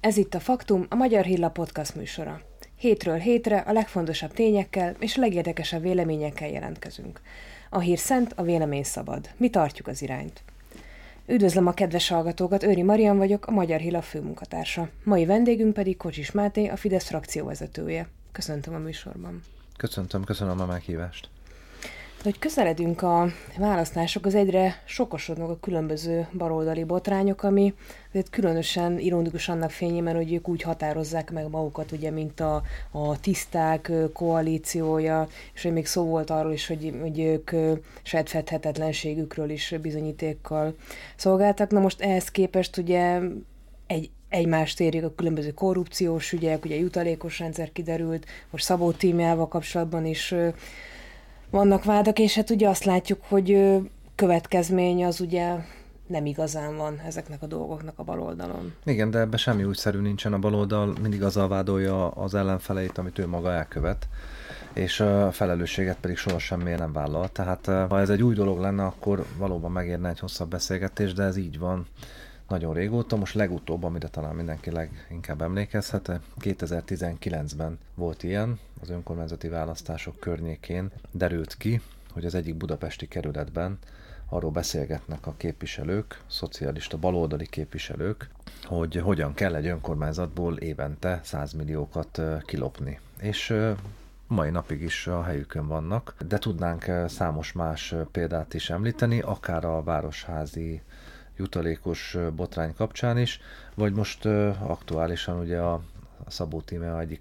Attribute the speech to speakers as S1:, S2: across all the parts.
S1: Ez itt a Faktum, a Magyar Hírlap podcast műsora. Hétről hétre a legfontosabb tényekkel és a legérdekesebb véleményekkel jelentkezünk. A hír szent, a vélemény szabad. Mi tartjuk az irányt. Üdvözlöm a kedves hallgatókat, Őri Marian vagyok, a Magyar Hírlap főmunkatársa. Mai vendégünk pedig Kocsis Máté, a Fidesz frakcióvezetője. Köszöntöm a műsorban.
S2: Köszönöm a meghívást.
S1: Hogy közeledünk a választások, az egyre sokasodnak a különböző baloldali botrányok, ami különösen ironikus annak fényében, hogy ők úgy határozzák meg magukat, ugye, mint a tiszták koalíciója, és hogy még szó volt arról is, hogy ők saját fedhetetlenségükről is bizonyítékkal szolgáltak. Na most ehhez képest ugye egymást érjük a különböző korrupciós ügyek, ugye jutalékos rendszer kiderült, most Szabó tímjával kapcsolatban is vannak vádak, és hát ugye azt látjuk, hogy következmény az ugye nem igazán van ezeknek a dolgoknak a baloldalon.
S2: Igen, de ebben semmi újszerű nincsen. A baloldal mindig azzal vádolja az ellenfeleit, amit ő maga elkövet, és a felelősséget pedig soha semmiért nem vállal. Tehát ha ez egy új dolog lenne, akkor valóban megérne egy hosszabb beszélgetés, de ez így van nagyon régóta. Most legutóbb, amire talán mindenki leginkább emlékezhet, 2019-ben volt ilyen, az önkormányzati választások környékén derült ki, hogy az egyik budapesti kerületben arról beszélgetnek a képviselők, szocialista baloldali képviselők, hogy hogyan kell egy önkormányzatból évente 100 milliókat kilopni. És mai napig is a helyükön vannak, de tudnánk számos más példát is említeni, akár a városházi jutalékos botrány kapcsán is, vagy most aktuálisan ugye a Szabó Tíme egyik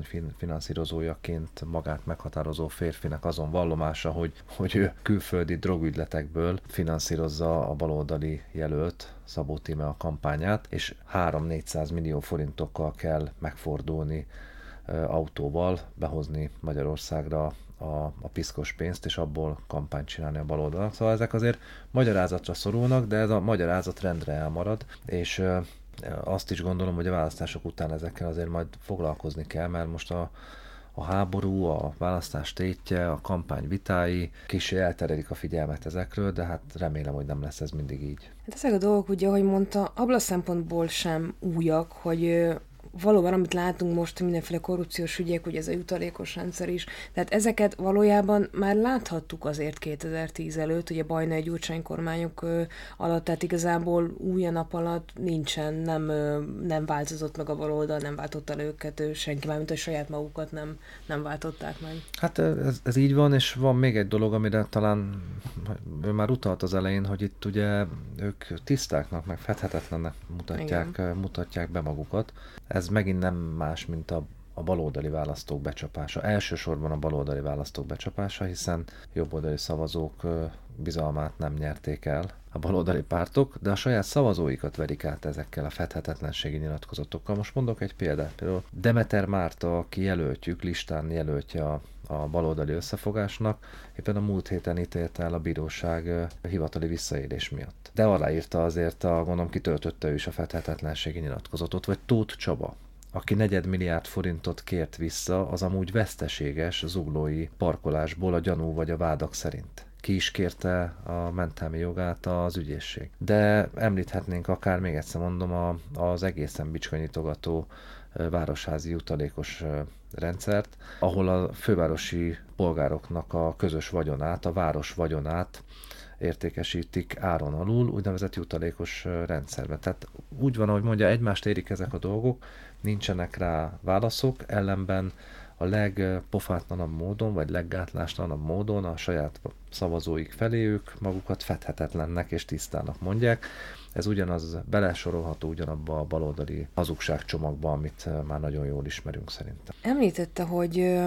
S2: kampányfinanszírozójaként magát meghatározó férfinek azon vallomása, hogy ő külföldi drogügyletekből finanszírozza a baloldali jelölt Szabó Tíme a kampányát, és 300-400 millió forintokkal kell megfordulni autóval, behozni Magyarországra a piszkos pénzt, és abból kampányt csinálni a baloldalnak. Szóval ezek azért magyarázatra szorulnak, de ez a magyarázat rendre elmarad, és azt is gondolom, hogy a választások után ezekkel azért majd foglalkozni kell, mert most a háború, a választás tétje, a kampány vitái kicsi elterelik a figyelmet ezekről, de hát remélem, hogy nem lesz ez mindig így.
S1: Hát ezek a dolgok, ugye, ahogy mondta, abban a szempontból sem újak, hogy valóban, amit látunk most, mindenféle korrupciós ügyek, ugye ez a jutalékos rendszer is, tehát ezeket valójában már láthattuk azért 2010 előtt, ugye Bajnai Gyurcsány kormányok alatt, tehát igazából új a nap alatt nincsen, nem változott meg a baloldal, nem váltotta el őket, senki, már mint a saját magukat nem váltották meg. Hát
S2: ez így van, és van még egy dolog, amire talán ő már utalt az elején, hogy itt ugye ők tisztáknak, meg fedhetetlennek mutatják be magukat. Ez megint nem más, mint a baloldali választók becsapása. Elsősorban a baloldali választók becsapása, hiszen jobboldali szavazók bizalmát nem nyerték el a baloldali pártok, de a saját szavazóikat verik át ezekkel a fedhetetlenségi nyilatkozatokkal. Most mondok egy példát. Például Demeter Márta, aki jelöltjük, listán jelöltje a baloldali összefogásnak, éppen a múlt héten ítélte el a bíróság hivatali visszaélés miatt. De aláírta azért, gondolom kitöltötte ő is a fedhetetlenségi nyilatkozatot, vagy Tóth Csaba, aki 4 milliárd forintot kért vissza, az amúgy veszteséges zuglói parkolásból a gyanú vagy a vádak szerint. Ki is kérte a mentelmi jogát az ügyészség. De említhetnénk akár, még egyszer mondom, az egészen bicskanyitogató városházi jutalékos rendszert, ahol a fővárosi polgároknak a közös vagyonát, a város vagyonát értékesítik áron alul, úgynevezett jutalékos rendszerben. Tehát úgy van, ahogy mondja, egymást érik ezek a dolgok, nincsenek rá válaszok, ellenben a legpofátlanabb módon, vagy leggátlástalanabb módon a saját szavazóik felé ők magukat fedhetetlennek és tisztának mondják. Ez ugyanaz belesorolható ugyanabba a baloldali hazugságcsomagba, amit már nagyon jól ismerünk szerintem.
S1: Említette, hogy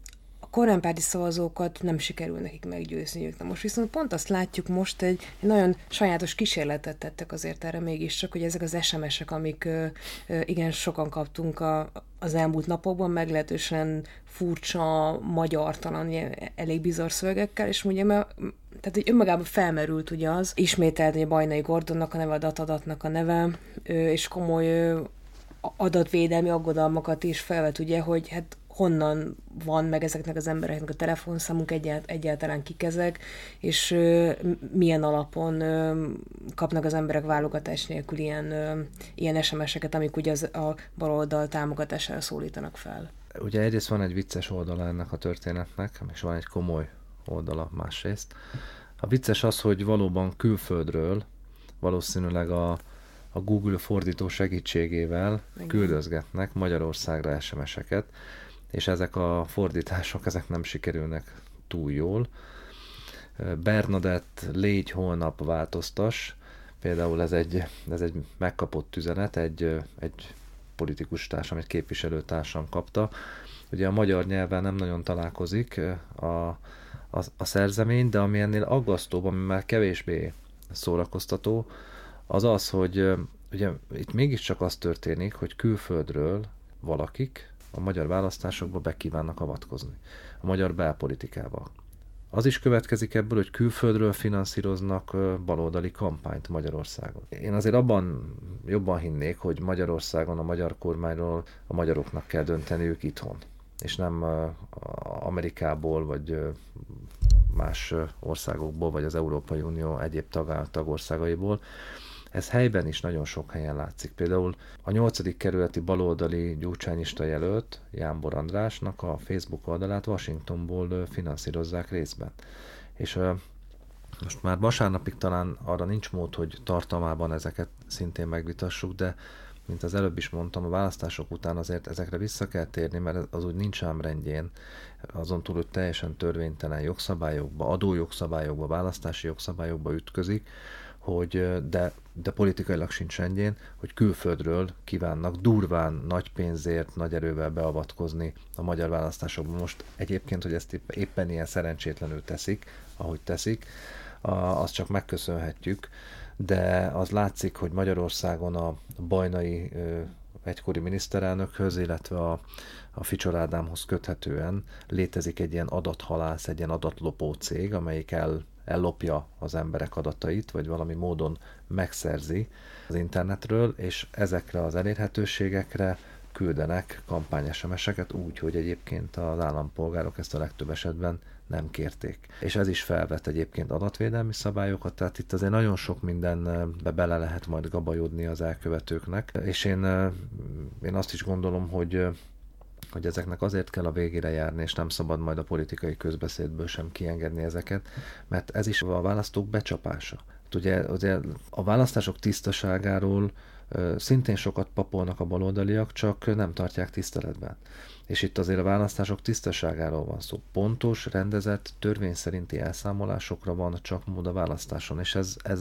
S1: a kormánypárti szavazókat nem sikerül nekik meggyőzniük. Na most viszont pont azt látjuk most, egy nagyon sajátos kísérletet tettek azért erre mégiscsak, hogy ezek az SMS-ek, amik igen sokan kaptunk az elmúlt napokban, meglehetősen furcsa, magyartalan, elég bizarr szövegekkel, és ugye tehát hogy önmagában felmerült ugye az, ismételni a Bajnai Gordonnak a neve, a datadatnak a neve, és komoly adatvédelmi aggodalmakat is felvet ugye, hogy hát honnan van meg ezeknek az embereknek a telefonszámunk, egyáltalán kik ezek, és milyen alapon kapnak az emberek válogatás nélkül ilyen SMS-eket, amik ugye a baloldal támogatására szólítanak fel.
S2: Ugye egyrészt van egy vicces oldala ennek a történetnek, és van egy komoly oldala másrészt. A vicces az, hogy valóban külföldről, valószínűleg a Google fordító segítségével küldözgetnek Magyarországra SMS-eket, és ezek a fordítások, ezek nem sikerülnek túl jól. Bernadett, légy holnap változtas, például ez egy megkapott üzenet, egy politikus társam, egy képviselőtársam kapta. Ugye a magyar nyelven nem nagyon találkozik a szerzemény, de ami ennél aggasztóbb, ami már kevésbé szórakoztató, az az, hogy ugye itt mégiscsak az történik, hogy külföldről valakik a magyar választásokba be kívánnak avatkozni, a magyar belpolitikába. Az is következik ebből, hogy külföldről finanszíroznak baloldali kampányt Magyarországon. Én azért abban jobban hinnék, hogy Magyarországon a magyar kormányról a magyaroknak kell dönteniük itthon, és nem Amerikából, vagy más országokból, vagy az Európai Unió egyéb tagországaiból. Ez helyben is nagyon sok helyen látszik. Például a 8. kerületi baloldali gyurcsányista jelölt, Jámbor Andrásnak a Facebook oldalát Washingtonból finanszírozzák részben. És most már vasárnapig talán arra nincs mód, hogy tartalmában ezeket szintén megvitassuk, de mint az előbb is mondtam, a választások után azért ezekre vissza kell térni, mert az úgy nincs ám rendjén, azon túl, hogy teljesen törvénytelen jogszabályokba, adójogszabályokba, választási jogszabályokba ütközik, hogy de politikailag sincs rendjén, hogy külföldről kívánnak durván, nagy pénzért, nagy erővel beavatkozni a magyar választásokban. Most egyébként, hogy ezt éppen ilyen szerencsétlenül teszik, ahogy teszik, azt csak megköszönhetjük, de az látszik, hogy Magyarországon a Bajnai egykori miniszterelnökhöz, illetve a Ficsor Ádámhoz köthetően létezik egy ilyen adathalász, egy ilyen adatlopó cég, amelyik ellopja az emberek adatait, vagy valami módon megszerzi az internetről, és ezekre az elérhetőségekre küldenek kampány SMS-eket úgy, hogy egyébként az állampolgárok ezt a legtöbb esetben nem kérték. És ez is felvet egyébként adatvédelmi szabályokat, tehát itt azért nagyon sok mindenbe bele lehet majd gabajodni az elkövetőknek, és én azt is gondolom, hogy ezeknek azért kell a végére járni, és nem szabad majd a politikai közbeszédből sem kiengedni ezeket, mert ez is a választók becsapása. Ugye a választások tisztaságáról szintén sokat papolnak a baloldaliak, csak nem tartják tiszteletben. És itt azért a választások tisztaságáról van szó. Pontos, rendezett, törvény szerinti elszámolásokra van csak mód a választáson, és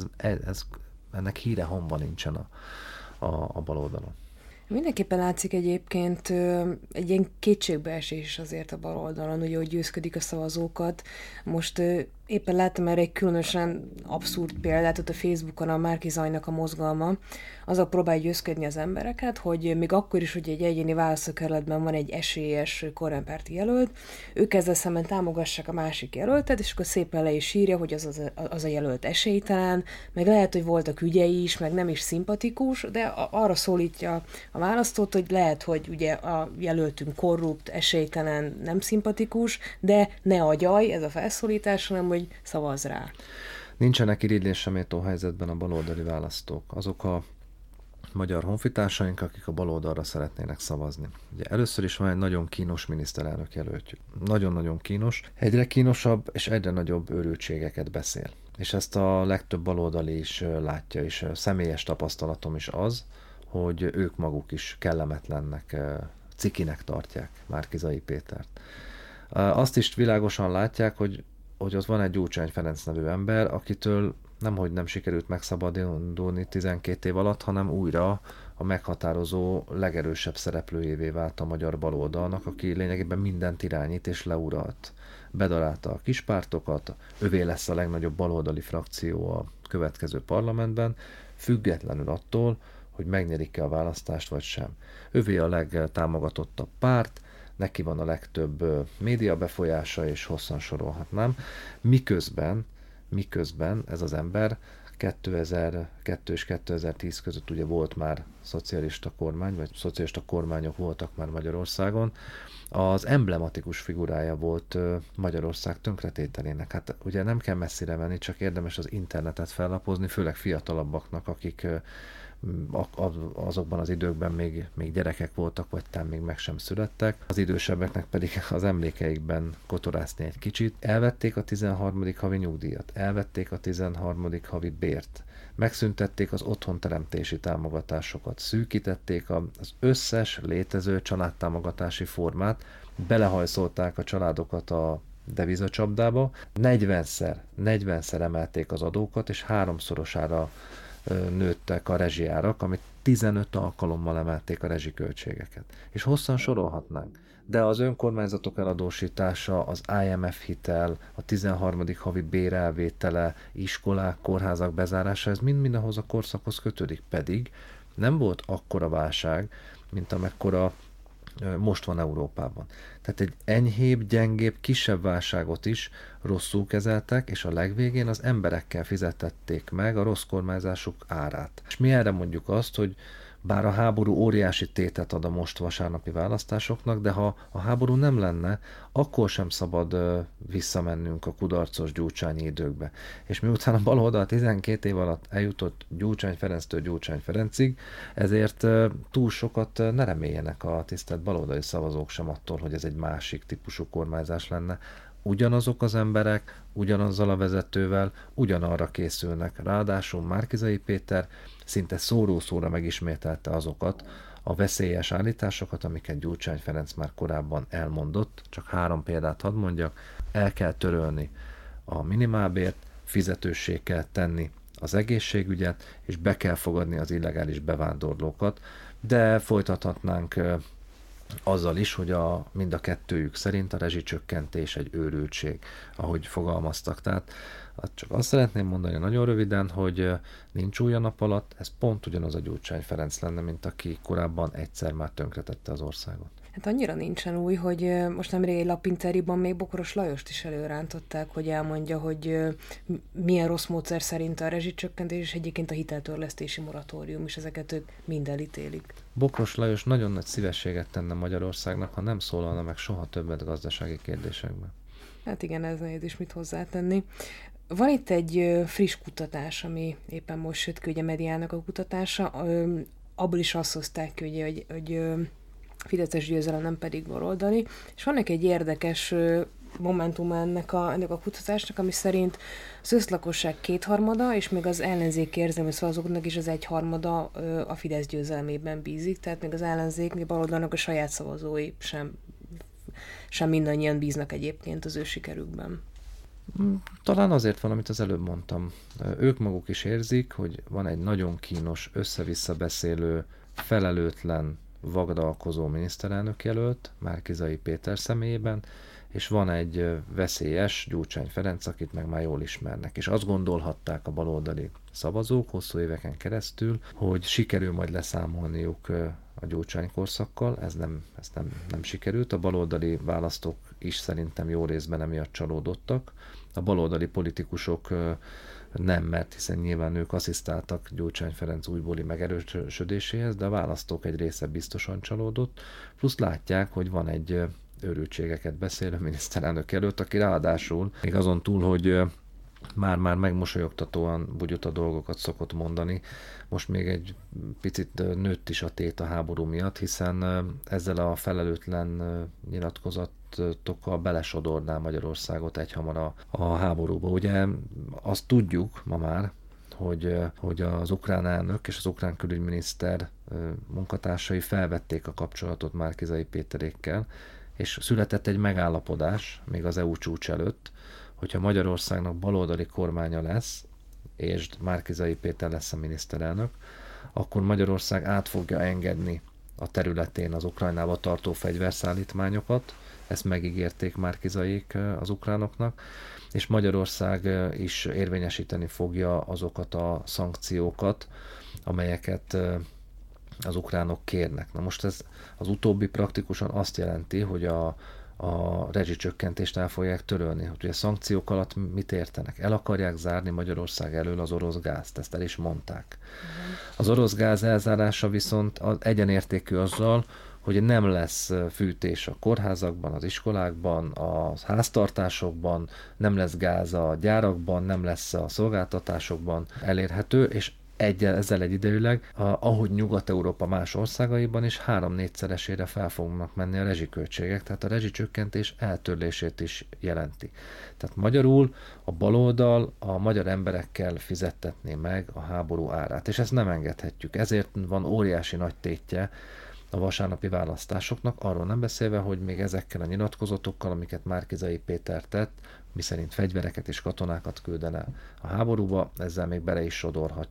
S2: ennek híre honva nincsen a baloldalon.
S1: Mindenképpen látszik egyébként egy ilyen kétségbeesés azért a baloldalon, ugye, hogy győzködik a szavazókat. Most éppen láttam erre egy különösen abszurd példát, ott a Facebookon a Márki Zajnak a mozgalma, azzal próbálja győzködni az embereket, hogy még akkor is, hogy egy egyéni választókerületben van egy esélyes kormánypárti jelölt, ők ezzel szemben támogassák a másik jelöltet, és akkor szépen le is írja, hogy az a jelölt esélytelen, meg lehet, hogy voltak ügyei is, meg nem is szimpatikus, de arra szólítja a választót, hogy lehet, hogy ugye a jelöltünk korrupt, esélytelen, nem szimpatikus, de ne agyalj, ez a felszólítás, hanem hogy szavazz rá.
S2: Nincsenek irigylésre méltó helyzetben a baloldali választók. Azok a magyar honfitársaink, akik a baloldalra szeretnének szavazni. Ugye először is van egy nagyon kínos miniszterelnök jelöltjük. Nagyon-nagyon kínos. Egyre kínosabb és egyre nagyobb őrültségeket beszél. És ezt a legtöbb baloldali is látja, és személyes tapasztalatom is az, hogy ők maguk is kellemetlennek, cikinek tartják Márki-Zay Pétert. Azt is világosan látják, hogy ott van egy Gyurcsány Ferenc nevű ember, akitől nemhogy nem sikerült megszabadulni 12 év alatt, hanem újra a meghatározó, legerősebb szereplőjévé vált a magyar baloldalnak, aki lényegében mindent irányít és leuralt. Bedarálta a kispártokat, övé lesz a legnagyobb baloldali frakció a következő parlamentben, függetlenül attól, hogy megnyerik-e a választást vagy sem. Övé a legtámogatottabb párt, neki van a legtöbb média befolyása, és hosszan sorolhatnám, miközben ez az ember 2002 és 2010 között ugye volt már szocialista kormány, vagy szocialista kormányok voltak már Magyarországon. Az emblematikus figurája volt Magyarország tönkretételének. Hát ugye nem kell messzire menni, csak érdemes az internetet fellapozni, főleg fiatalabbaknak, akik azokban az időkben még gyerekek voltak, vagy talán még meg sem születtek. Az idősebbeknek pedig az emlékeikben kotorászni egy kicsit. Elvették a 13. havi nyugdíjat, elvették a 13. havi bért, megszüntették az otthonteremtési támogatásokat, szűkítették az összes létező családtámogatási formát, belehajszolták a családokat a devizacsapdába, 40-szer emelték az adókat, és 3-szorosára nőttek a rezsiárak, amit 15 alkalommal emelték a rezsiköltségeket. És hosszan sorolhatnánk. De az önkormányzatok eladósítása, az IMF hitel, a 13. havi bérelvétele, iskolák, kórházak bezárása, ez mind ahhoz a korszakhoz kötődik. Pedig nem volt akkora válság, mint amekkora most van Európában. Tehát egy enyhébb, gyengébb, kisebb válságot is rosszul kezeltek, és a legvégén az emberekkel fizetették meg a rossz kormányzásuk árát. És mi erre mondjuk azt, hogy bár a háború óriási tétet ad a most vasárnapi választásoknak, de ha a háború nem lenne, akkor sem szabad visszamennünk a kudarcos gyurcsányi időkbe. És miután a baloldal 12 év alatt eljutott Gyurcsány Ferenctől Gyurcsány Ferencig, ezért túl sokat ne reméljenek a tisztelt baloldali szavazók sem attól, hogy ez egy másik típusú kormányzás lenne. Ugyanazok az emberek, ugyanazzal a vezetővel, ugyanarra készülnek. Ráadásul Márki-Zay Péter szinte szóró-szóra megismételte azokat a veszélyes állításokat, amiket Gyurcsány Ferenc már korábban elmondott. Csak 3 példát hadd mondjak. El kell törölni a minimálbért, fizetőssé kell tenni az egészségügyet, és be kell fogadni az illegális bevándorlókat, de folytathatnánk azzal is, hogy mind a kettőjük szerint a rezsicsökkentés egy őrültség, ahogy fogalmaztak. Tehát csak azt szeretném mondani nagyon röviden, hogy nincs új a nap alatt, ez pont ugyanaz a Gyurcsány Ferenc lenne, mint aki korábban egyszer már tönkretette az országot.
S1: Hát annyira nincsen új, hogy most nemrég egy lapinteriban még Bokoros Lajost is előrántották, hogy elmondja, hogy milyen rossz módszer szerint a rezsicsökkentés, és egyébként a hiteltörlesztési moratórium is, ezeket ők mind elítélik.
S2: Bokoros Lajos nagyon nagy szívességet tenne Magyarországnak, ha nem szólalna meg soha többet gazdasági kérdésekben.
S1: Hát igen, ez nehéz is mit hozzátenni. Van itt egy friss kutatás, ami éppen most jött ki, ugye Mediának a kutatása, abból is azt hozták ki, ugye, hogy fideszes győzelem, nem pedig baloldali, és vannak egy érdekes momentum ennek a kutatásnak, ami szerint az összlakosság 2/3, és még az ellenzék érzelmi szavazóknak is az 1/3 a Fidesz győzelmében bízik, tehát még az ellenzék, még baloldalnak a saját szavazói sem mindannyian bíznak egyébként az ő sikerükben.
S2: Talán azért van, amit az előbb mondtam. Ők maguk is érzik, hogy van egy nagyon kínos, össze-vissza beszélő, felelőtlen, vagdalkozó miniszterelnök jelölt, Márki-Zay Péter személyében, és van egy veszélyes Gyurcsány Ferenc, akit meg már jól ismernek. És azt gondolhatták a baloldali szavazók hosszú éveken keresztül, hogy sikerül majd leszámolniuk a Gyurcsány korszakkal, ez nem sikerült. A baloldali választók is szerintem jó részben emiatt csalódottak. A baloldali politikusok nem, mert hiszen nyilván ők asszisztáltak Gyurcsány Ferenc újbóli megerősödéséhez, de a választók egy része biztosan csalódott, plusz látják, hogy van egy őrültségeket beszélő miniszterelnök előtt, aki ráadásul még azon túl, hogy már megmosolyogtatóan bugyuta dolgokat szokott mondani, most még egy picit nőtt is a tét a háború miatt, hiszen ezzel a felelőtlen nyilatkozatokkal belesodorná Magyarországot egyhamar a háborúba. Ugye azt tudjuk ma már, hogy az ukrán elnök és az ukrán külügyminiszter munkatársai felvették a kapcsolatot Márki-Zay Péterékkel, és született egy megállapodás még az EU csúcs előtt, hogyha Magyarországnak baloldali kormánya lesz, és Márki-Zay Péter lesz a miniszterelnök, akkor Magyarország át fogja engedni a területén az Ukrajnába tartó fegyverszállítmányokat, ezt megígérték Márki-Zayék az ukránoknak, és Magyarország is érvényesíteni fogja azokat a szankciókat, amelyeket az ukránok kérnek. Na most ez az utóbbi praktikusan azt jelenti, hogy a a rezsicsökkentést el fogják törölni. Ugye szankciók alatt mit értenek? El akarják zárni Magyarország elől az orosz gázt, ezt el is mondták. Az orosz gáz elzárása viszont egyenértékű azzal, hogy nem lesz fűtés a kórházakban, az iskolákban, a háztartásokban, nem lesz gáz a gyárakban, nem lesz a szolgáltatásokban elérhető, és ezzel egyidejűleg, ahogy Nyugat-Európa más országaiban is 3-4-szeresére fel fognak menni a rezsiköltségek, tehát a rezsicsökkentés eltörlését is jelenti. Tehát magyarul a baloldal a magyar emberekkel fizettetné meg a háború árát, és ezt nem engedhetjük. Ezért van óriási nagy tétje a vasárnapi választásoknak, arról nem beszélve, hogy még ezekkel a nyilatkozatokkal, amiket Márki-Zay Péter tett, miszerint fegyvereket és katonákat küldene a háborúba, ezzel még bele is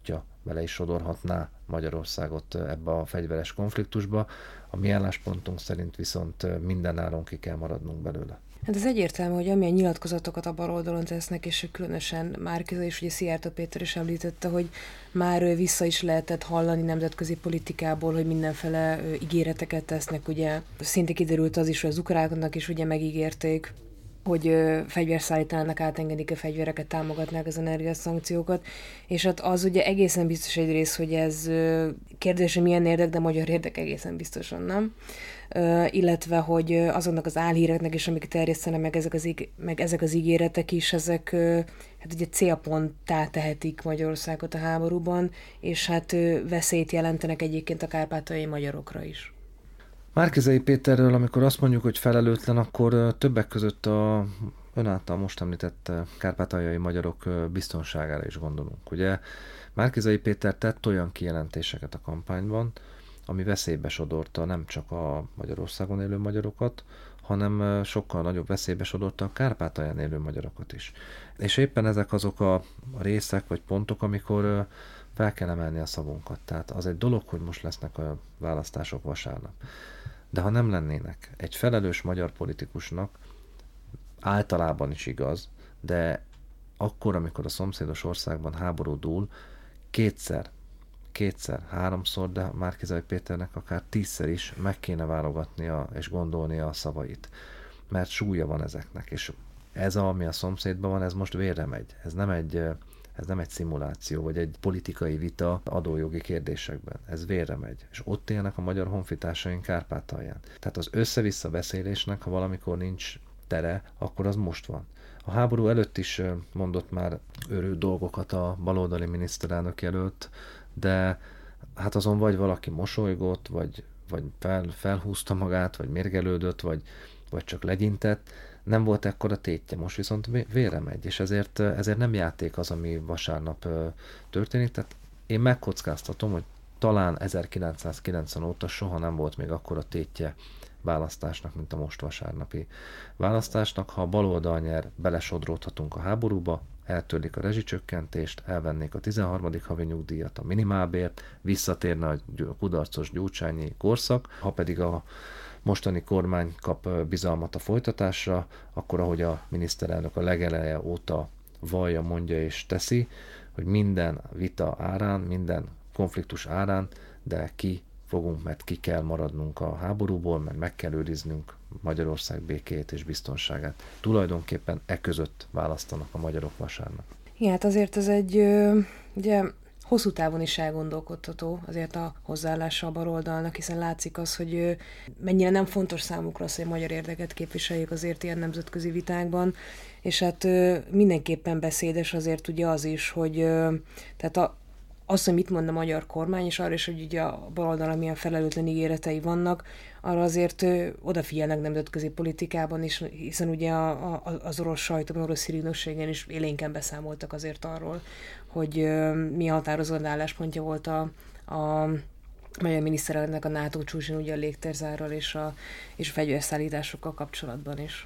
S2: sodorhatná Magyarországot ebbe a fegyveres konfliktusba. A mi álláspontunk szerint viszont mindenáron ki kell maradnunk belőle.
S1: Hát ez egyértelmű, hogy amilyen nyilatkozatokat a baloldalon tesznek, és különösen Márki-Zay és ugye Szijjártó Péter is említette, hogy már vissza is lehetett hallani nemzetközi politikából, hogy mindenféle ígéreteket tesznek, ugye szinte kiderült az is, hogy az ukránoknak is ugye megígérték, hogy fegyverszállítának átengedik a fegyvereket, támogatnák az energiaszankciókat, és hát az ugye egészen biztos egyrészt, hogy ez kérdés, hogy milyen érdek, de magyar érdek egészen biztosan nem. Illetve, hogy azoknak az álhíreknek is, amik terjesztenek meg ezek az ígéretek is, ezek hát ugye célponttá tehetik Magyarországot a háborúban, és hát veszélyt jelentenek egyébként a kárpátaljai magyarokra is.
S2: Márki-Zay Péterről, amikor azt mondjuk, hogy felelőtlen, akkor többek között ön által most említett kárpátaljai magyarok biztonságára is gondolunk. Ugye Márki-Zay Péter tett olyan kijelentéseket a kampányban, ami veszélybe sodorta nem csak a Magyarországon élő magyarokat, hanem sokkal nagyobb veszélybe sodorta a Kárpátalján élő magyarokat is. És éppen ezek azok a részek vagy pontok, amikor fel kell emelni a szavunkat. Tehát az egy dolog, hogy most lesznek a választások vasárnap. De ha nem lennének, egy felelős magyar politikusnak általában is igaz, de akkor, amikor a szomszédos országban háború dúl, kétszer, háromszor, de Márki-Zay Péternek akár 10-szer is meg kéne válogatnia és gondolnia a szavait. Mert súlya van ezeknek, és ez, ami a szomszédban van, ez most vérre megy. Ez nem egy szimuláció, vagy egy politikai vita adójogi kérdésekben. Ez vérre megy. És ott élnek a magyar honfitársaink Kárpátalján. Tehát az össze-vissza beszélésnek, ha valamikor nincs tere, akkor az most van. A háború előtt is mondott már őrült dolgokat a baloldali miniszterelnök jelölt, de hát azon vagy valaki mosolygott, vagy felhúzta magát, vagy mérgelődött, vagy csak legyintett. Nem volt ekkora tétje, most viszont vérre megy, és ezért nem játék az, ami vasárnap történik. Tehát én megkockáztatom, hogy talán 1990 óta soha nem volt még akkora tétje választásnak, mint a most vasárnapi választásnak. Ha a baloldal nyer, belesodródhatunk a háborúba, eltörlik a rezsicsökkentést, elvennék a 13. havi nyugdíjat, a minimálbért, visszatérne a kudarcos gyurcsányi korszak, ha pedig a mostani kormány kap bizalmat a folytatásra, akkor ahogy a miniszterelnök a legeleje óta vallja, mondja és teszi, hogy minden vita árán, minden konfliktus árán, de mert ki kell maradnunk a háborúból, mert meg kell őriznünk Magyarország békéjét és biztonságát. Tulajdonképpen között választanak a magyarok vasárnap.
S1: Igen, hát azért ez egy ugye hosszú távon is elgondolkodható azért a hozzáállása a baloldalnak, hiszen látszik az, hogy mennyire nem fontos számukra az, hogy a magyar érdeket képviseljék azért ilyen nemzetközi vitákban, és hát mindenképpen beszédes azért ugye az is, hogy tehát az, hogy mit mond a magyar kormány, és arra is, hogy ugye a baloldalnak milyen felelőtlen ígéretei vannak, arra azért odafigyelnek nemzetközi politikában is, hiszen ugye az orosz sajtóban, orosz hírügynökségen is élénken beszámoltak azért arról, hogy milyen határozott álláspontja volt a magyar miniszterelnöknek a NATO csúcson ugye a légtérzárral és a fegyverszállításokkal kapcsolatban is.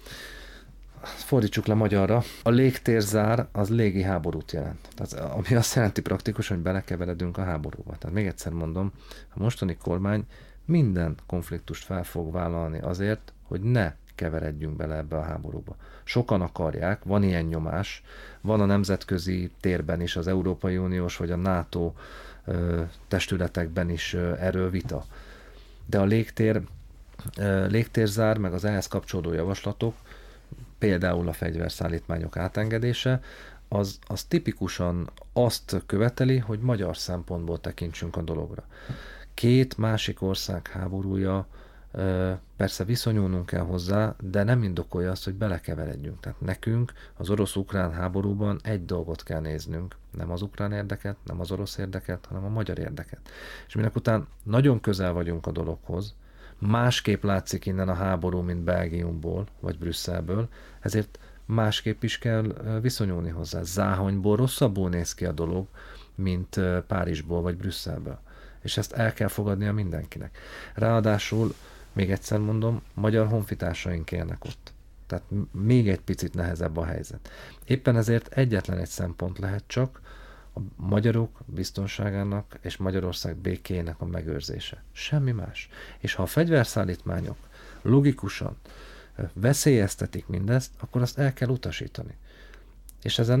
S2: Fordítsuk le magyarra. A légtérzár az légi háborút jelent. Tehát, ami azt jelenti praktikusan, hogy belekeveredünk a háborúba. Tehát még egyszer mondom, a mostani kormány minden konfliktust fel fog vállalni azért, hogy ne keveredjünk bele ebbe a háborúba. Sokan akarják, van ilyen nyomás, van a nemzetközi térben is, az Európai Uniós vagy a NATO testületekben is erről vita. De a légtér légtérzár, meg az ehhez kapcsolódó javaslatok, például a fegyverszállítmányok átengedése, az tipikusan azt követeli, hogy magyar szempontból tekintsünk a dologra. Két másik ország háborúja, persze viszonyulnunk kell hozzá, de nem indokolja azt, hogy belekeveredjünk. Tehát nekünk az orosz-ukrán háborúban egy dolgot kell néznünk, nem az ukrán érdeket, nem az orosz érdeket, hanem a magyar érdeket. És minek után nagyon közel vagyunk a dologhoz, másképp látszik innen a háború, mint Belgiumból, vagy Brüsszelből, ezért másképp is kell viszonyulni hozzá. Záhonyból rosszabbul néz ki a dolog, mint Párizsból, vagy Brüsszelből. És ezt el kell fogadnia mindenkinek. Ráadásul, még egyszer mondom, magyar honfitársaink élnek ott. Tehát még egy picit nehezebb a helyzet. Éppen ezért egyetlen egy szempont lehet csak a magyarok biztonságának és Magyarország békéjének a megőrzése. Semmi más. És ha a fegyverszállítmányok logikusan veszélyeztetik mindezt, akkor azt el kell utasítani. És ezen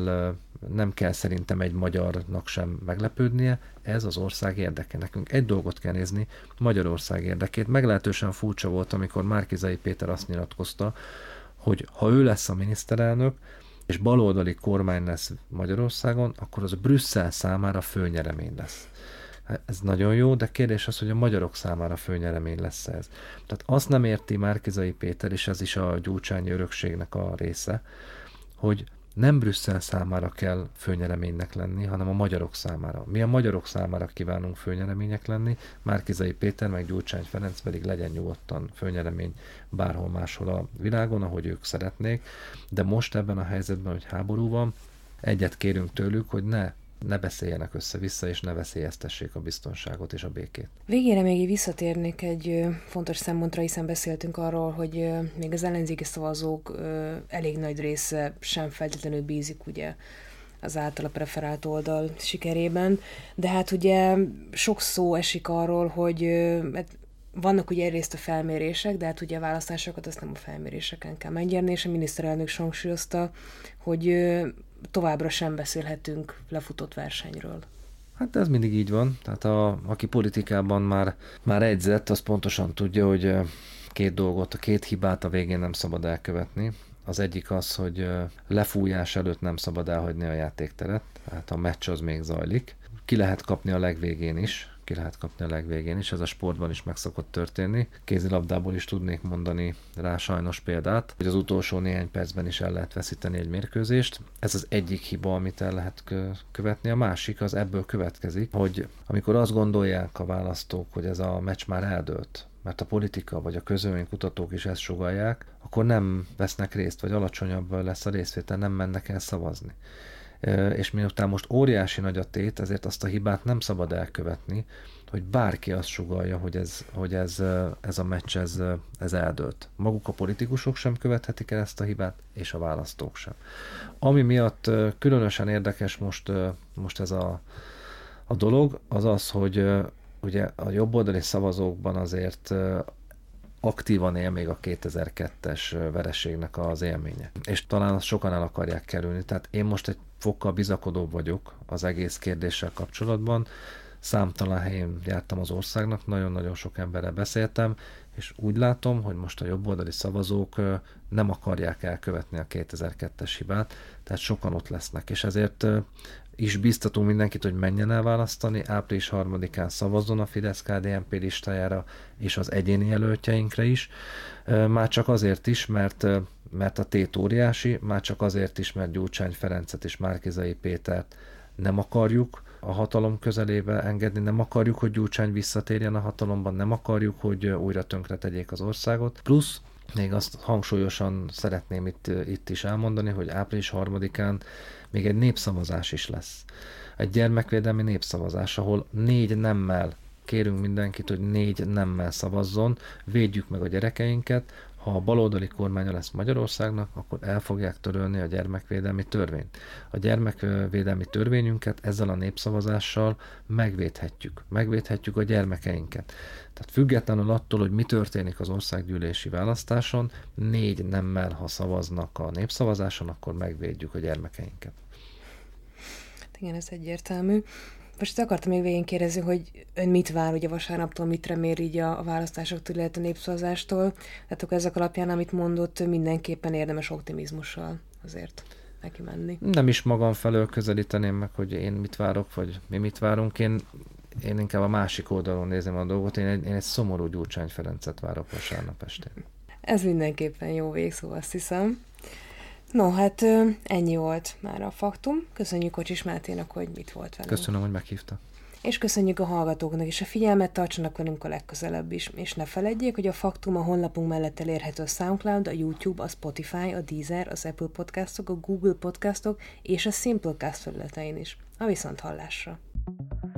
S2: nem kell szerintem egy magyarnak sem meglepődnie, ez az ország érdeke. Nekünk egy dolgot kell nézni, Magyarország érdekét. Meglehetősen furcsa volt, amikor Márki-Zay Péter azt nyilatkozta, hogy ha ő lesz a miniszterelnök, és baloldali kormány lesz Magyarországon, akkor az Brüsszel számára főnyeremény lesz. Ez nagyon jó, de kérdés az, hogy a magyarok számára főnyeremény lesz ez. Tehát azt nem érti Márki-Zay Péter, és ez is a gyurcsányi örökségnek a része, hogy nem Brüsszel számára kell főnyereménynek lenni, hanem a magyarok számára. Mi a magyarok számára kívánunk főnyeremények lenni, Márki-Zay Péter meg Gyurcsány Ferenc pedig legyen nyugodtan főnyeremény bárhol máshol a világon, ahogy ők szeretnék, de most ebben a helyzetben, hogy háború van, egyet kérünk tőlük, hogy ne beszéljenek össze-vissza, és ne veszélyeztessék a biztonságot és a békét.
S1: Végére még így visszatérnék egy fontos szempontra, hiszen beszéltünk arról, hogy még az ellenzéki szavazók elég nagy része sem feltétlenül bízik ugye az általa preferált oldal sikerében, de hát ugye sok szó esik arról, hogy vannak ugye egyrészt a felmérések, de hát ugye a választásokat azt nem a felméréseken kell megnyerni, és a miniszterelnök hangsúlyozta, hogy továbbra sem beszélhetünk lefutott versenyről.
S2: Hát ez mindig így van. Tehát aki politikában már edzett, az pontosan tudja, hogy két hibát a végén nem szabad elkövetni. Az egyik az, hogy lefújás előtt nem szabad elhagyni a játékteret, tehát a meccs az még zajlik. Ki lehet kapni a legvégén is, ez a sportban is meg szokott történni. Kézilabdából is tudnék mondani rá sajnos példát, hogy az utolsó néhány percben is el lehet veszíteni egy mérkőzést. Ez az egyik hiba, amit el lehet követni. A másik az ebből következik, hogy amikor azt gondolják a választók, hogy ez a meccs már eldőlt, mert a politika vagy a közvéleménykutatók is ezt sugallják, akkor nem vesznek részt, vagy alacsonyabb lesz a részvétel, nem mennek el szavazni. És miután most óriási nagy a tét, ezért azt a hibát nem szabad elkövetni, hogy bárki azt sugallja, hogy ez a meccs ez eldőlt. Maguk a politikusok sem követhetik el ezt a hibát, és a választók sem. Ami miatt különösen érdekes most ez a dolog, az az, hogy ugye a jobboldali szavazókban azért aktívan él még a 2002-es vereségnek az élménye. És talán azt sokan el akarják kerülni. Tehát én most egy fokkal bizakodóbb vagyok az egész kérdéssel kapcsolatban. Számtalan helyén jártam az országnak, nagyon-nagyon sok emberrel beszéltem, és úgy látom, hogy most a jobboldali szavazók nem akarják elkövetni a 2002-es hibát, tehát sokan ott lesznek, és ezért is biztatunk mindenkit, hogy menjen el választani, április 3-án szavazzon a Fidesz-KDNP listájára, és az egyéni jelöltjeinkre is. Már csak azért is, mert a tét óriási, már csak azért is, mert Gyurcsány Ferencet és Márki-Zay Pétert nem akarjuk a hatalom közelébe engedni, nem akarjuk, hogy Gyurcsány visszatérjen a hatalomban, nem akarjuk, hogy újra tönkretegyék az országot. Plusz még azt hangsúlyosan szeretném itt is elmondani, hogy április 3-án még egy népszavazás is lesz. Egy gyermekvédelmi népszavazás, ahol 4 nemmel kérünk mindenkit, hogy 4 nemmel szavazzon, védjük meg a gyerekeinket. Ha a baloldali kormánya lesz Magyarországnak, akkor el fogják törölni a gyermekvédelmi törvényt. A gyermekvédelmi törvényünket ezzel a népszavazással megvédhetjük. Megvédhetjük a gyermekeinket. Tehát függetlenül attól, hogy mi történik az országgyűlési választáson, 4 nemmel, ha szavaznak a népszavazáson, akkor megvédjük a gyermekeinket.
S1: Igen, ez egyértelmű. Most akartam még végén kérdezni, hogy ön mit vár ugye vasárnaptól, mit remél így a választásoktól, illetve a népszavazástól. Tehát akkor ezek alapján, amit mondott, mindenképpen érdemes optimizmussal azért neki menni.
S2: Nem is magam felől közelíteném meg, hogy én mit várok, vagy mi mit várunk. Én inkább a másik oldalon nézem a dolgot. Én egy szomorú Gyurcsány Ferencet várok vasárnap este.
S1: Ez mindenképpen jó végszó, azt hiszem. No, hát ennyi volt már a faktum. Köszönjük Kocsis Máténak, hogy mit volt velünk.
S2: Köszönöm, hogy meghívta.
S1: És köszönjük a hallgatóknak is a figyelmet, tartsanak velünk a legközelebb is. És ne feledjék, hogy a Faktum a honlapunk mellett elérhető a SoundCloud, a YouTube, a Spotify, a Deezer, az Apple Podcastok, a Google Podcastok és a Simplecast felületein is. A viszonthallásra!